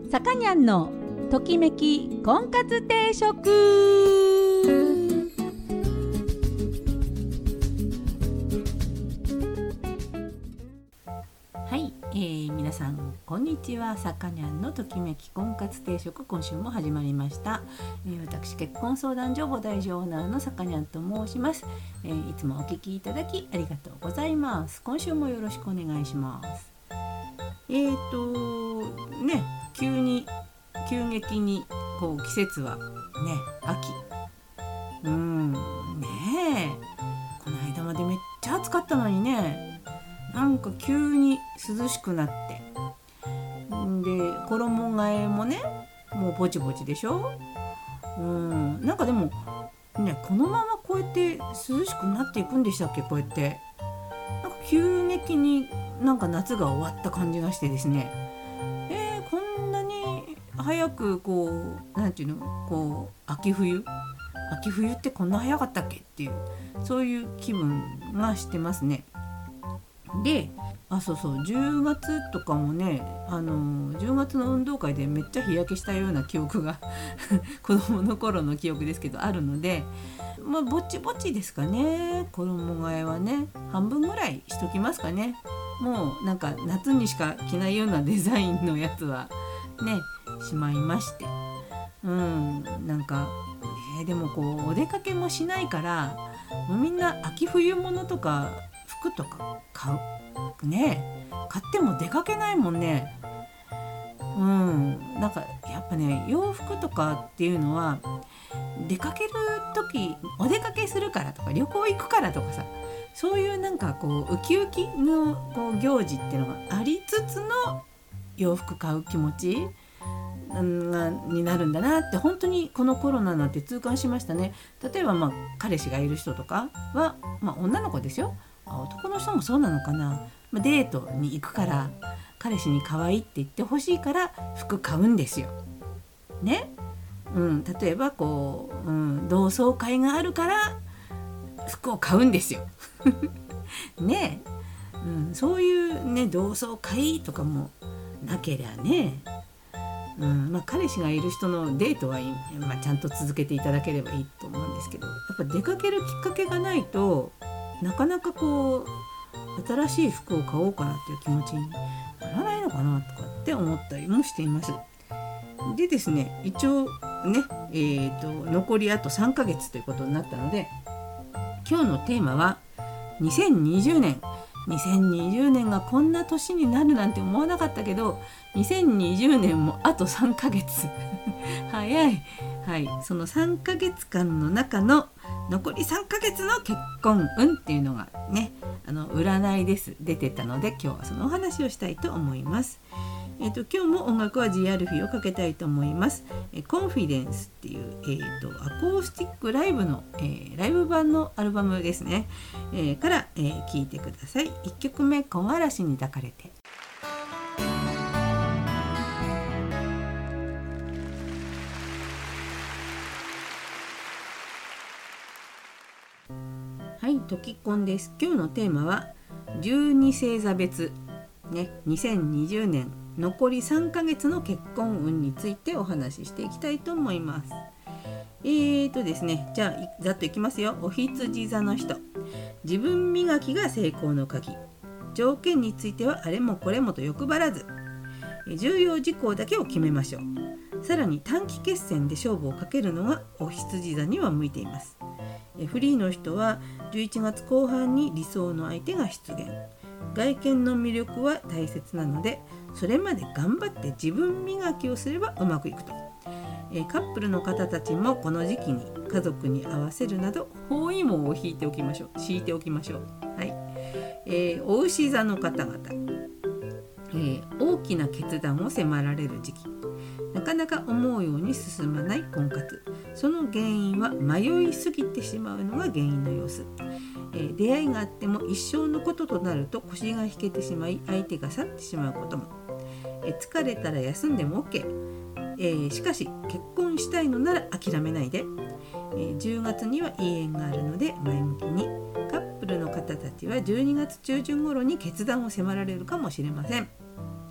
さかにゃんのときめき婚活定食。はい、皆さんこんにちは。さかにゃんのときめき婚活定食、今週も始まりました。私結婚相談所母大女オーナーのさかにゃんと申します。いつもお聞きいただきありがとうございます。今週もよろしくお願いします。急激にこう季節はね、秋。この間までめっちゃ暑かったのにね、なんか急に涼しくなって、で衣替えもね、もうぼちぼちでしょ。なんかでもね、このままこうやって涼しくなっていくんでしたっけ。こうやってなんか急激になんか夏が終わった感じがしてですね、こんなに早くこうなんていうの、こう秋冬ってこんな早かったっけっていう、そういう気分がしてますね。で、10月とかもね、10月の運動会でめっちゃ日焼けしたような記憶が子供の頃の記憶ですけどあるので、ぼちぼちですかね。衣替えはね、半分ぐらいしときますかね。もうなんか夏にしか着ないようなデザインのやつはね、しまいまして、なんか、でもこうお出かけもしないから、もうみんな秋冬物とか服とか買っても出かけないもんね。なんかやっぱね、洋服とかっていうのは出かける時、お出かけするからとか旅行行くからとかさ、そういうなんかこうウキウキのこう行事っていうのがありつつの洋服買う気持ちになるんだなって、本当にこのコロナなんて痛感しましたね。例えば彼氏がいる人とかは、女の子ですよ。男の人もそうなのかな。デートに行くから彼氏に可愛いって言ってほしいから服買うんですよね。例えばこう、同窓会があるから服を買うんですよね。そういうね、同窓会とかもなけりゃね、彼氏がいる人のデートはちゃんと続けていただければいいと思うんですけど、やっぱ出かけるきっかけがないとなかなかこう新しい服を買おうかなっていう気持ちにならないのかなとかって思ったりもしています。でですね、一応ね、残りあと3ヶ月ということになったので、今日のテーマは2020年がこんな年になるなんて思わなかったけど、2020年もあと3ヶ月早い。その3ヶ月間の中の残り3ヶ月の結婚運っていうのがね、占いです出てたので、今日はそのお話をしたいと思います。今日も音楽は GRF をかけたいと思います。コンフィデンスっていう、アコースティックライブの、ライブ版のアルバムですね、から、聴いてください。1曲目、木枯らしに抱かれて。トキコンです。今日のテーマは12星座別ね、2020年残り3ヶ月の結婚運についてお話ししていきたいと思います。ですね、じゃあざっといきますよ。お羊座の人、自分磨きが成功の鍵、条件についてはあれもこれもと欲張らず、重要事項だけを決めましょう。さらに短期決戦で勝負をかけるのがお羊座には向いています。フリーの人は11月後半に理想の相手が出現。外見の魅力は大切なので、それまで頑張って自分磨きをすればうまくいくと。カップルの方たちもこの時期に家族に合わせるなど包囲網を敷いておきましょう。お牛座の方々、大きな決断を迫られる時期。なかなか思うように進まない婚活。その原因は迷いすぎてしまうのが原因の様子。出会いがあっても一生のこととなると腰が引けてしまい、相手が去ってしまうことも。疲れたら休んでも OK。しかし結婚したいのなら諦めないで。10月にはいい縁があるので前向きに。カップルの方たちは12月中旬頃に決断を迫られるかもしれません。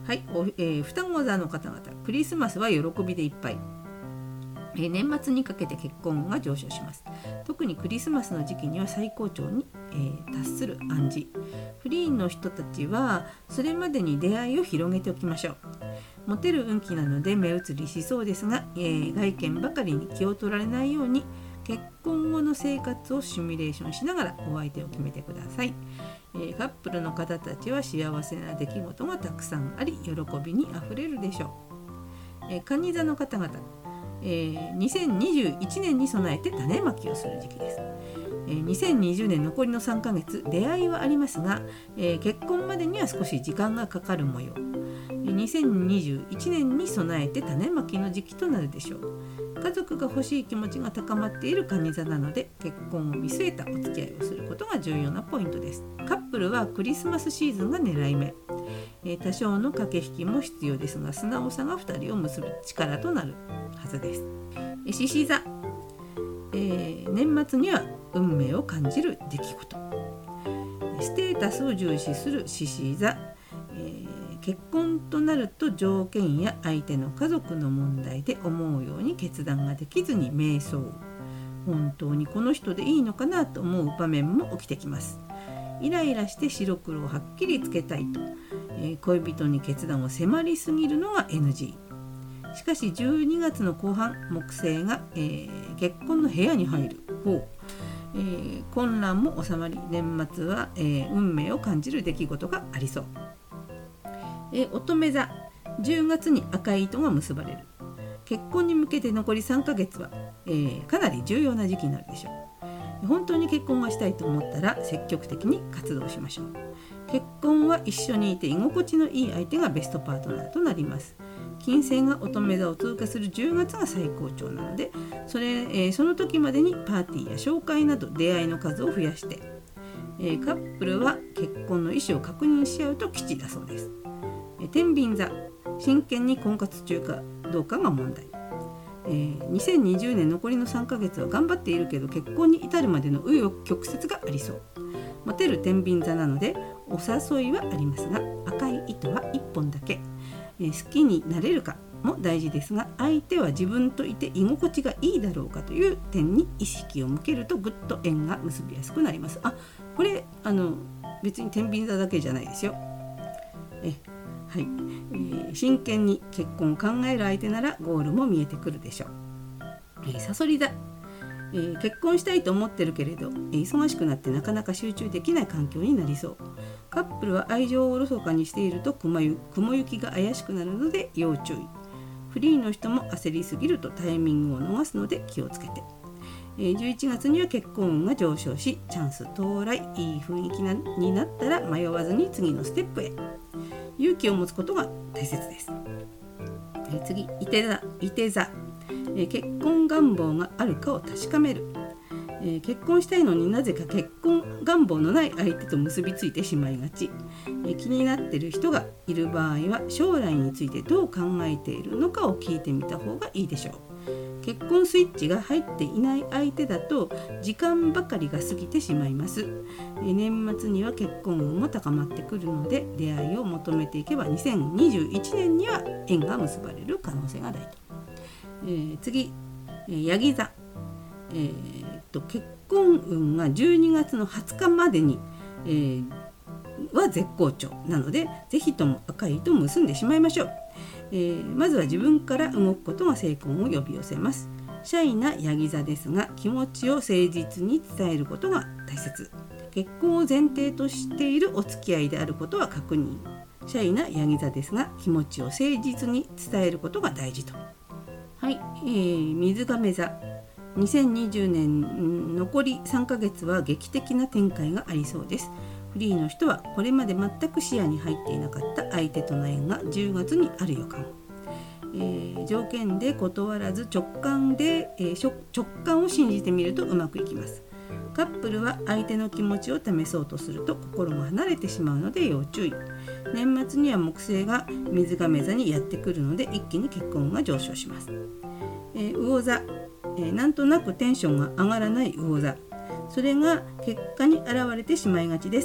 はい、双子座の方々、クリスマスは喜びでいっぱい。年末にかけて結婚運が上昇します。特にクリスマスの時期には最高潮に、達する暗示。フリーの人たちはそれまでに出会いを広げておきましょう。モテる運気なので目移りしそうですが、外見ばかりに気を取られないように結婚後の生活をシミュレーションしながらお相手を決めてください。カップルの方たちは幸せな出来事がたくさんあり、喜びにあふれるでしょう。蟹座の方々、2021年に備えて種まきをする時期です。2020年残りの3ヶ月、出会いはありますが、結婚までには少し時間がかかる模様。2021年に備えて種まきの時期となるでしょう。家族が欲しい気持ちが高まっている蟹座なので、結婚を見据えたお付き合いをすることが重要なポイントです。カップルはクリスマスシーズンが狙い目。多少の駆け引きも必要ですが、素直さが2人を結ぶ力となるはずです。獅子座、年末には運命を感じる出来事。ステータスを重視する獅子座、結婚となると条件や相手の家族の問題で思うように決断ができずに迷走。本当にこの人でいいのかなと思う場面も起きてきます。イライラして白黒をはっきりつけたいと、恋人に決断を迫りすぎるのが NG。 しかし12月の後半、木星が、結婚の部屋に入る方、混乱も収まり、年末は、運命を感じる出来事がありそう。乙女座、10月に赤い糸が結ばれる。結婚に向けて残り3ヶ月は、かなり重要な時期になるでしょう。本当に結婚がしたいと思ったら積極的に活動しましょう。結婚は一緒にいて居心地のいい相手がベストパートナーとなります。金星が乙女座を通過する10月が最高潮なので、その時までにパーティーや紹介など出会いの数を増やして、カップルは結婚の意思を確認し合うと吉だそうです。天秤座、真剣に婚活中かどうかが問題。2020年残りの3ヶ月は頑張っているけど、結婚に至るまでの紆余曲折がありそう。モテる天秤座なのでお誘いはありますが、赤い糸は1本だけ。好きになれるかも大事ですが、相手は自分といて居心地がいいだろうかという点に意識を向けるとぐっと縁が結びやすくなります。これ別に天秤座だけじゃないですよ。はい、真剣に結婚を考える相手ならゴールも見えてくるでしょう。さそり座、結婚したいと思ってるけれど、忙しくなってなかなか集中できない環境になりそう。カップルは愛情をおろそかにしていると雲行きが怪しくなるので要注意。フリーの人も焦りすぎるとタイミングを逃すので気をつけて。11月には結婚運が上昇し、チャンス到来、いい雰囲気になったら迷わずに次のステップへ。勇気を持つことが大切です。次、いて座、結婚願望があるかを確かめる。結婚したいのになぜか結婚願望のない相手と結びついてしまいがち。気になっている人がいる場合は将来についてどう考えているのかを聞いてみた方がいいでしょう。結婚スイッチが入っていない相手だと時間ばかりが過ぎてしまいます。年末には結婚運も高まってくるので、出会いを求めていけば2021年には縁が結ばれる可能性が大と。次、ヤギ座、結婚運が12月の20日までに、は絶好調なので、ぜひとも赤い糸を結んでしまいましょう。まずは自分から動くことが成婚を呼び寄せます。シャイなヤギ座ですが、気持ちを誠実に伝えることが大切。結婚を前提としているお付き合いであることは確認。シャイなヤギ座ですが、気持ちを誠実に伝えることが大事と。はい、水亀座、2020年残り3ヶ月は劇的な展開がありそうです。フリーの人はこれまで全く視野に入っていなかった相手との縁が10月にある予感。条件で断らず直感を信じてみるとうまくいきます。カップルは相手の気持ちを試そうとすると心が離れてしまうので要注意。年末には木星が水亀座にやってくるので一気に結婚が上昇します。魚座、なんとなくテンションが上がらない魚座、それが結果に現れてしまいがちです。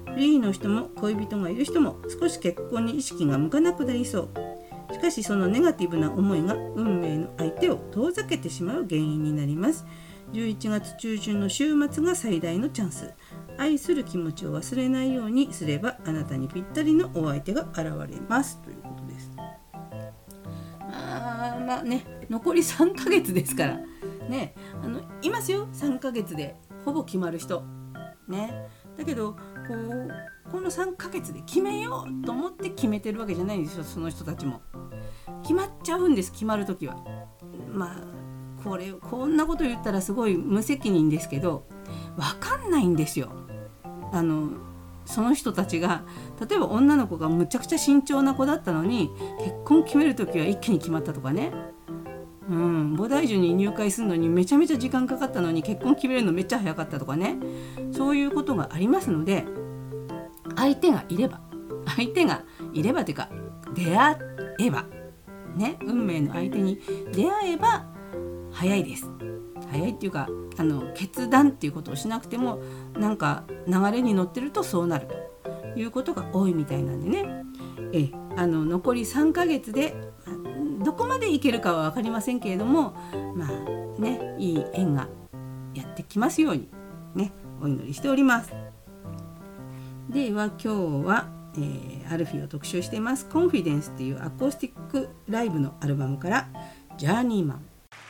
フリーの人も恋人がいる人も少し結婚に意識が向かなくなりそう。しかしそのネガティブな思いが運命の相手を遠ざけてしまう原因になります。11月中旬の週末が最大のチャンス。愛する気持ちを忘れないようにすればあなたにぴったりのお相手が現れますということです。まあね、残り3ヶ月ですからね、いますよ。3ヶ月でほぼ決まる人ね。だけどこの3ヶ月で決めようと思って決めてるわけじゃないんですよ。その人たちも決まっちゃうんです。決まるときはこんなこと言ったらすごい無責任ですけど、分かんないんですよ。その人たちが例えば女の子がむちゃくちゃ慎重な子だったのに結婚決めるときは一気に決まったとかね、菩提樹に入会するのにめちゃめちゃ時間かかったのに結婚決めるのめっちゃ早かったとかね、そういうことがありますので、相手がいればというか出会えばね、運命の相手に出会えば早いです。早いっていうか決断っていうことをしなくてもなんか流れに乗ってるとそうなるということが多いみたいなんでね、残り3ヶ月でどこまでいけるかは分かりませんけれども、いい縁がやってきますようにね、お祈りしております。では今日は、アルフィーを特集していますコンフィデンスっていうアコースティックライブのアルバムからジャーニーマン。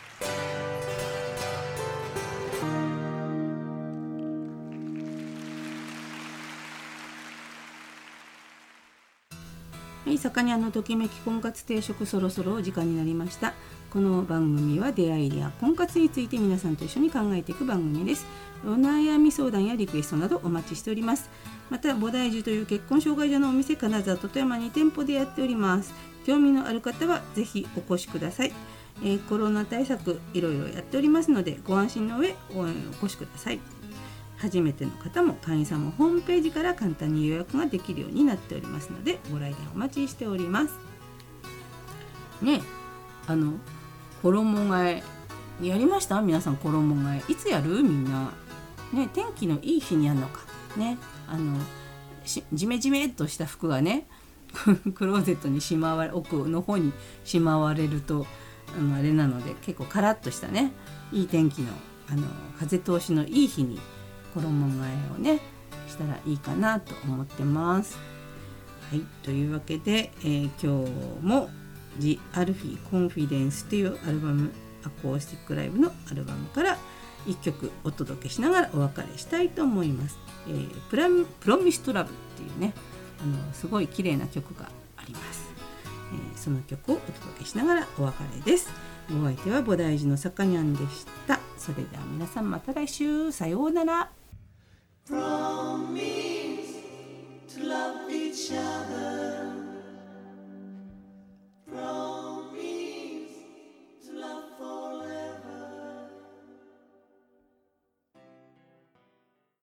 はい、さかにゃんのときめき婚活定食、そろそろお時間になりました。この番組は出会いや婚活について皆さんと一緒に考えていく番組です。お悩み相談やリクエストなどお待ちしております。また菩提樹という結婚障害所のお店、金沢と富山に店舗でやっております。興味のある方はぜひお越しください。コロナ対策いろいろやっておりますのでご安心の上お越しください。初めての方も会員さんもホームページから簡単に予約ができるようになっておりますのでご来店お待ちしておりますね。衣替えやりました？皆さん衣替えいつやる？みんなね、天気のいい日にやるのかね。ジメジメっとした服がねクローゼットに奥の方にしまわれるとあれなので、結構カラッとしたねいい天気の風通しのいい日に衣替えをねしたらいいかなと思ってます。はい、というわけで、今日も The Alfie Confidence というアルバム、アコースティックライブのアルバムから1曲お届けしながらお別れしたいと思います。プロミストラブっていうねすごい綺麗な曲があります。その曲をお届けしながらお別れです。お相手は菩提寺のさかにゃんでした。それでは皆さんまた来週、さようなら。Promise